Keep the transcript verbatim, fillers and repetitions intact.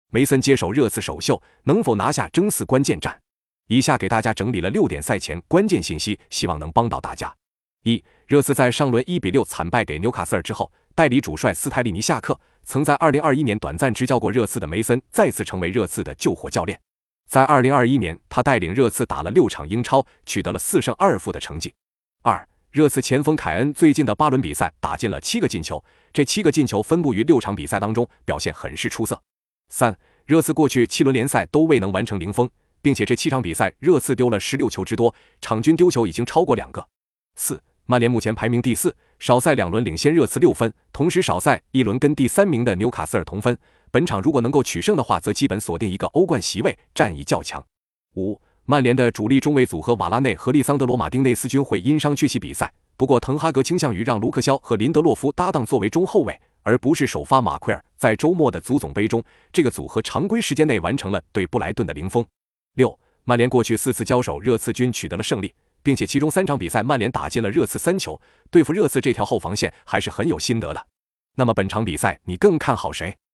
梅森接手热刺首秀，能否拿下争四关键战？以下给大家整理了六点赛前关键信息，希望能帮到大家。一、热刺在上轮一比六惨败给纽卡斯尔之后，代理主帅斯泰利尼下课，曾在二零二一年短暂执教过热刺的梅森再次成为热刺的救火教练。在二零二一年，他带领热刺打了六场英超，取得了四胜二负的成绩。二、热刺前锋凯恩最近的八轮比赛打进了七个进球，这七个进球分布于六场比赛当中，表现很是出色。三、热刺过去七轮联赛都未能完成零封，并且这七场比赛热刺丢了十六球之多，场均丢球已经超过两个。四、曼联目前排名第四，少赛两轮领先热刺六分，同时少赛一轮跟第三名的纽卡斯尔同分。本场如果能够取胜的话，则基本锁定一个欧冠席位，战意较强。五、曼联的主力中卫组合瓦拉内和利桑德罗马丁内斯均会因伤缺席比赛，不过滕哈格倾向于让卢克肖和林德洛夫搭档作为中后卫，而不是首发马奎尔。在周末的足总杯中，这个组合常规时间内完成了对布莱顿的零封。六、曼联过去四次交手，热刺均取得了胜利，并且其中三场比赛曼联打进了热刺三球，对付热刺这条后防线还是很有心得的。那么本场比赛你更看好谁？